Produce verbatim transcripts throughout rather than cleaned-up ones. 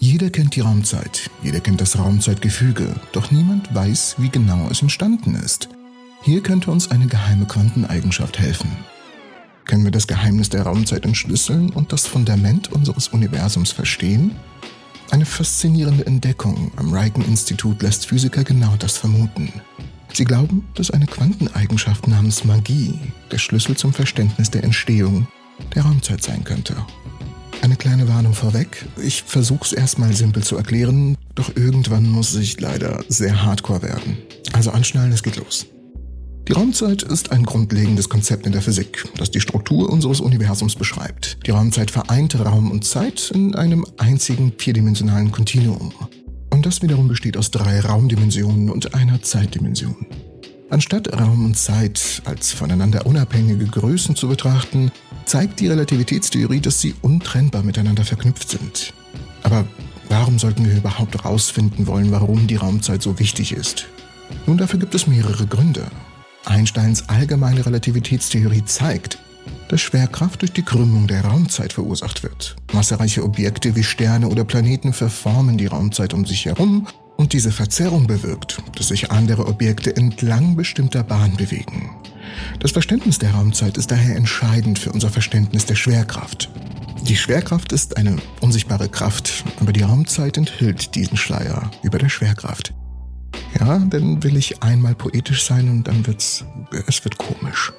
Jeder kennt die Raumzeit, jeder kennt das Raumzeitgefüge, doch niemand weiß, wie genau es entstanden ist. Hier könnte uns eine geheime Quanteneigenschaft helfen. Können wir das Geheimnis der Raumzeit entschlüsseln und das Fundament unseres Universums verstehen? Eine faszinierende Entdeckung am Riken-Institut lässt Physiker genau das vermuten. Sie glauben, dass eine Quanteneigenschaft namens Magie der Schlüssel zum Verständnis der Entstehung der Raumzeit sein könnte. Eine kleine Warnung vorweg, ich versuche es erstmal simpel zu erklären, doch irgendwann muss ich leider sehr hardcore werden. Also anschnallen, es geht los. Die Raumzeit ist ein grundlegendes Konzept in der Physik, das die Struktur unseres Universums beschreibt. Die Raumzeit vereint Raum und Zeit in einem einzigen vierdimensionalen Kontinuum. Und das wiederum besteht aus drei Raumdimensionen und einer Zeitdimension. Anstatt Raum und Zeit als voneinander unabhängige Größen zu betrachten, zeigt die Relativitätstheorie, dass sie untrennbar miteinander verknüpft sind. Aber warum sollten wir überhaupt herausfinden wollen, warum die Raumzeit so wichtig ist? Nun, dafür gibt es mehrere Gründe. Einsteins allgemeine Relativitätstheorie zeigt, dass Schwerkraft durch die Krümmung der Raumzeit verursacht wird. Massereiche Objekte wie Sterne oder Planeten verformen die Raumzeit um sich herum und diese Verzerrung bewirkt, dass sich andere Objekte entlang bestimmter Bahnen bewegen. Das Verständnis der Raumzeit ist daher entscheidend für unser Verständnis der Schwerkraft. Die Schwerkraft ist eine unsichtbare Kraft, aber die Raumzeit enthüllt diesen Schleier über der Schwerkraft. Ja, dann will ich einmal poetisch sein und dann wird's, es wird komisch.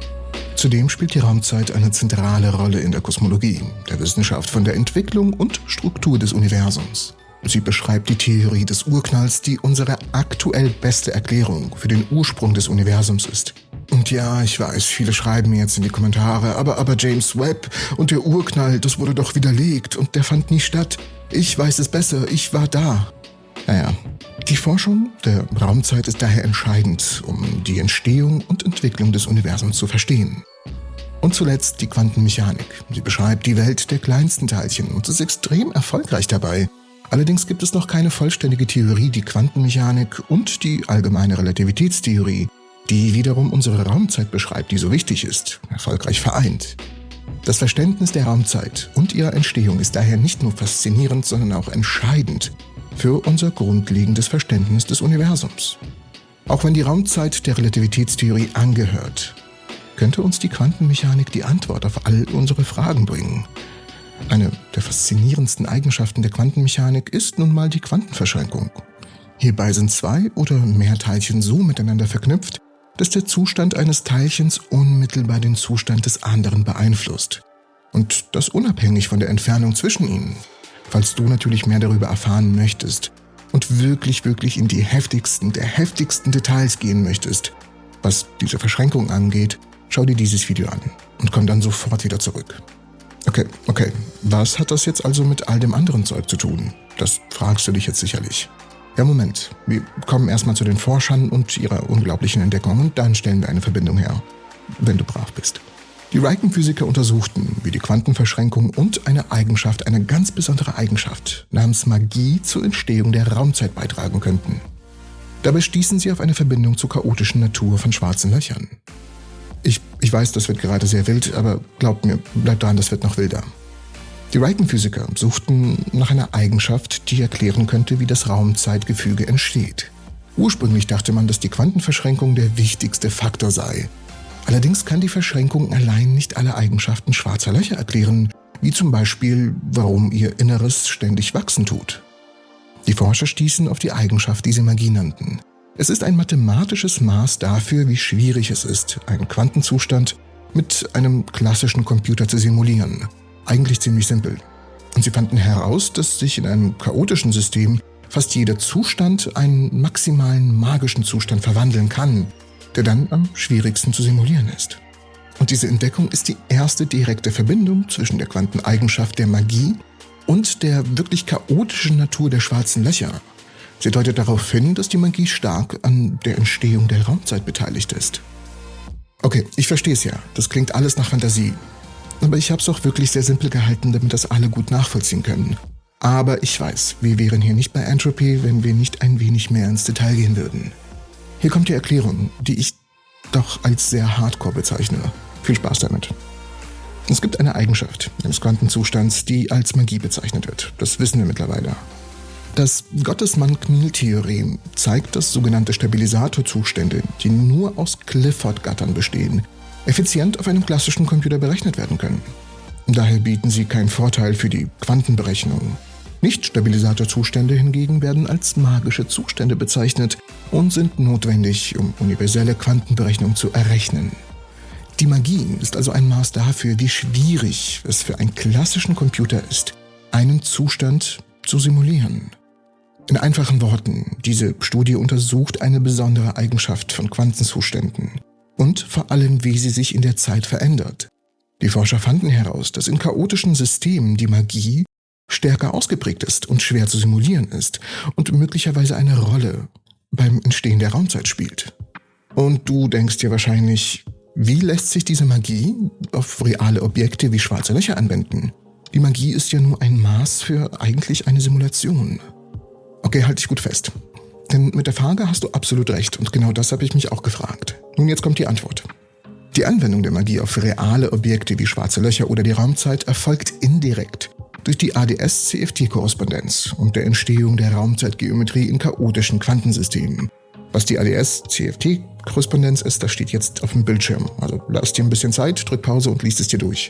Zudem spielt die Raumzeit eine zentrale Rolle in der Kosmologie, der Wissenschaft von der Entwicklung und Struktur des Universums. Sie beschreibt die Theorie des Urknalls, die unsere aktuell beste Erklärung für den Ursprung des Universums ist. Und ja, ich weiß, viele schreiben mir jetzt in die Kommentare, aber, aber James Webb und der Urknall, das wurde doch widerlegt und der fand nie statt. Ich weiß es besser, ich war da. Naja, die Forschung der Raumzeit ist daher entscheidend, um die Entstehung und Entwicklung des Universums zu verstehen. Und zuletzt die Quantenmechanik. Sie beschreibt die Welt der kleinsten Teilchen und ist extrem erfolgreich dabei. Allerdings gibt es noch keine vollständige Theorie, die Quantenmechanik und die allgemeine Relativitätstheorie, die wiederum unsere Raumzeit beschreibt, die so wichtig ist, erfolgreich vereint. Das Verständnis der Raumzeit und ihrer Entstehung ist daher nicht nur faszinierend, sondern auch entscheidend für unser grundlegendes Verständnis des Universums. Auch wenn die Raumzeit der Relativitätstheorie angehört, könnte uns die Quantenmechanik die Antwort auf all unsere Fragen bringen. Eine der faszinierendsten Eigenschaften der Quantenmechanik ist nun mal die Quantenverschränkung. Hierbei sind zwei oder mehr Teilchen so miteinander verknüpft, dass der Zustand eines Teilchens unmittelbar den Zustand des anderen beeinflusst. Und das unabhängig von der Entfernung zwischen ihnen. Falls du natürlich mehr darüber erfahren möchtest und wirklich, wirklich in die heftigsten der heftigsten Details gehen möchtest, was diese Verschränkung angeht, schau dir dieses Video an und komm dann sofort wieder zurück. Okay, okay, was hat das jetzt also mit all dem anderen Zeug zu tun? Das fragst du dich jetzt sicherlich. Ja, Moment, wir kommen erstmal zu den Forschern und ihrer unglaublichen Entdeckung und dann stellen wir eine Verbindung her, wenn du brav bist. Die Riken-Physiker untersuchten, wie die Quantenverschränkung und eine Eigenschaft, eine ganz besondere Eigenschaft namens Magie zur Entstehung der Raumzeit beitragen könnten. Dabei stießen sie auf eine Verbindung zur chaotischen Natur von schwarzen Löchern. Ich, ich weiß, das wird gerade sehr wild, aber glaubt mir, bleibt dran, das wird noch wilder. Die Riken-Physiker suchten nach einer Eigenschaft, die erklären könnte, wie das Raumzeitgefüge entsteht. Ursprünglich dachte man, dass die Quantenverschränkung der wichtigste Faktor sei. Allerdings kann die Verschränkung allein nicht alle Eigenschaften schwarzer Löcher erklären, wie zum Beispiel, warum ihr Inneres ständig wachsen tut. Die Forscher stießen auf die Eigenschaft, die sie Magie nannten. Es ist ein mathematisches Maß dafür, wie schwierig es ist, einen Quantenzustand mit einem klassischen Computer zu simulieren. Eigentlich ziemlich simpel. Und sie fanden heraus, dass sich in einem chaotischen System fast jeder Zustand einen maximalen magischen Zustand verwandeln kann, der dann am schwierigsten zu simulieren ist. Und diese Entdeckung ist die erste direkte Verbindung zwischen der Quanteneigenschaft der Magie und der wirklich chaotischen Natur der schwarzen Löcher. Sie deutet darauf hin, dass die Magie stark an der Entstehung der Raumzeit beteiligt ist. Okay, ich verstehe es ja, das klingt alles nach Fantasie. Aber ich habe es auch wirklich sehr simpel gehalten, damit das alle gut nachvollziehen können. Aber ich weiß, wir wären hier nicht bei Entropy, wenn wir nicht ein wenig mehr ins Detail gehen würden. Hier kommt die Erklärung, die ich doch als sehr hardcore bezeichne. Viel Spaß damit. Es gibt eine Eigenschaft des Quantenzustands, die als Magie bezeichnet wird. Das wissen wir mittlerweile. Das Gottesmann-Kniel-Theorem zeigt, dass sogenannte Stabilisatorzustände, die nur aus Clifford-Gattern bestehen, effizient auf einem klassischen Computer berechnet werden können. Daher bieten sie keinen Vorteil für die Quantenberechnung. Nicht-Stabilisatorzustände hingegen werden als magische Zustände bezeichnet und sind notwendig, um universelle Quantenberechnung zu errechnen. Die Magie ist also ein Maß dafür, wie schwierig es für einen klassischen Computer ist, einen Zustand zu simulieren. In einfachen Worten, diese Studie untersucht eine besondere Eigenschaft von Quantenzuständen und vor allem, wie sie sich in der Zeit verändert. Die Forscher fanden heraus, dass in chaotischen Systemen die Magie stärker ausgeprägt ist und schwer zu simulieren ist und möglicherweise eine Rolle beim Entstehen der Raumzeit spielt. Und du denkst dir wahrscheinlich, wie lässt sich diese Magie auf reale Objekte wie schwarze Löcher anwenden? Die Magie ist ja nur ein Maß für eigentlich eine Simulation. Okay, halt dich gut fest. Denn mit der Frage hast du absolut recht und genau das habe ich mich auch gefragt. Nun, jetzt kommt die Antwort. Die Anwendung der Magie auf reale Objekte wie schwarze Löcher oder die Raumzeit erfolgt indirekt durch die A D S-C F T-Korrespondenz und der Entstehung der Raumzeitgeometrie in chaotischen Quantensystemen. Was die A D S-C F T-Korrespondenz ist, das steht jetzt auf dem Bildschirm. Also lass dir ein bisschen Zeit, drück Pause und liest es dir durch.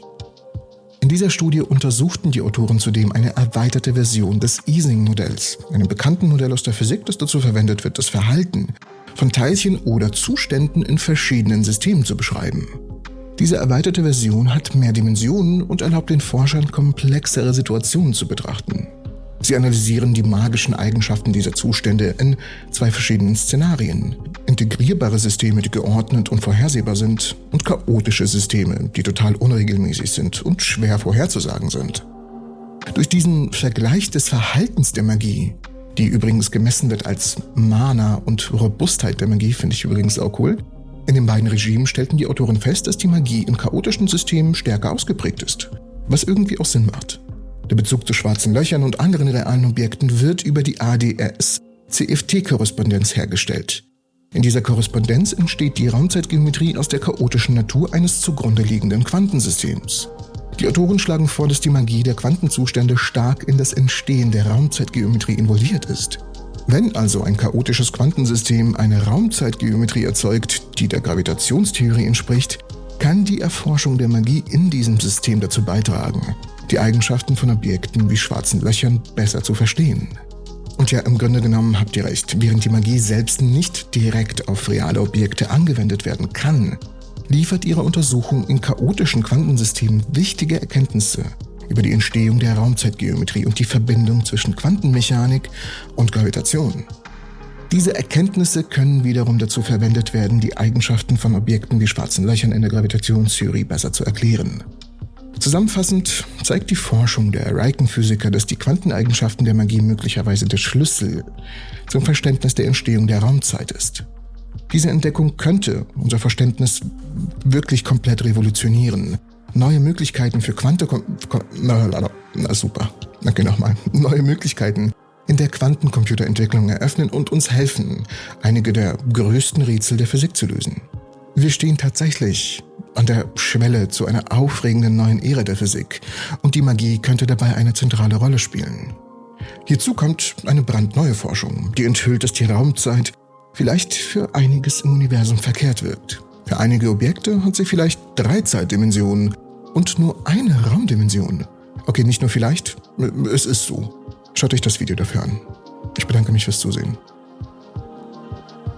In dieser Studie untersuchten die Autoren zudem eine erweiterte Version des Ising-Modells, einem bekannten Modell aus der Physik, das dazu verwendet wird, das Verhalten von Teilchen oder Zuständen in verschiedenen Systemen zu beschreiben. Diese erweiterte Version hat mehr Dimensionen und erlaubt den Forschern, komplexere Situationen zu betrachten. Sie analysieren die magischen Eigenschaften dieser Zustände in zwei verschiedenen Szenarien. Integrierbare Systeme, die geordnet und vorhersehbar sind, und chaotische Systeme, die total unregelmäßig sind und schwer vorherzusagen sind. Durch diesen Vergleich des Verhaltens der Magie, die übrigens gemessen wird als Mana und Robustheit der Magie, finde ich übrigens auch cool, in den beiden Regimen stellten die Autoren fest, dass die Magie in chaotischen Systemen stärker ausgeprägt ist, was irgendwie auch Sinn macht. Der Bezug zu schwarzen Löchern und anderen realen Objekten wird über die A D S-C F T-Korrespondenz hergestellt. In dieser Korrespondenz entsteht die Raumzeitgeometrie aus der chaotischen Natur eines zugrunde liegenden Quantensystems. Die Autoren schlagen vor, dass die Magie der Quantenzustände stark in das Entstehen der Raumzeitgeometrie involviert ist. Wenn also ein chaotisches Quantensystem eine Raumzeitgeometrie erzeugt, die der Gravitationstheorie entspricht, kann die Erforschung der Magie in diesem System dazu beitragen, die Eigenschaften von Objekten wie schwarzen Löchern besser zu verstehen. Und ja, im Grunde genommen habt ihr recht, während die Magie selbst nicht direkt auf reale Objekte angewendet werden kann, liefert ihre Untersuchung in chaotischen Quantensystemen wichtige Erkenntnisse über die Entstehung der Raumzeitgeometrie und die Verbindung zwischen Quantenmechanik und Gravitation. Diese Erkenntnisse können wiederum dazu verwendet werden, die Eigenschaften von Objekten wie schwarzen Löchern in der Gravitationstheorie besser zu erklären. Zusammenfassend zeigt die Forschung der Riken-Physiker, dass die Quanteneigenschaften der Magie möglicherweise der Schlüssel zum Verständnis der Entstehung der Raumzeit ist. Diese Entdeckung könnte unser Verständnis wirklich komplett revolutionieren. Neue Möglichkeiten für Quante... Na, na, na super. Okay, nochmal. Neue Möglichkeiten in der Quantencomputerentwicklung eröffnen und uns helfen, einige der größten Rätsel der Physik zu lösen. Wir stehen tatsächlich an der Schwelle zu einer aufregenden neuen Ära der Physik und die Magie könnte dabei eine zentrale Rolle spielen. Hierzu kommt eine brandneue Forschung, die enthüllt, dass die Raumzeit vielleicht für einiges im Universum verkehrt wirkt. Für einige Objekte hat sie vielleicht drei Zeitdimensionen und nur eine Raumdimension. Okay, nicht nur vielleicht, es ist so. Schaut euch das Video dafür an. Ich bedanke mich fürs Zusehen.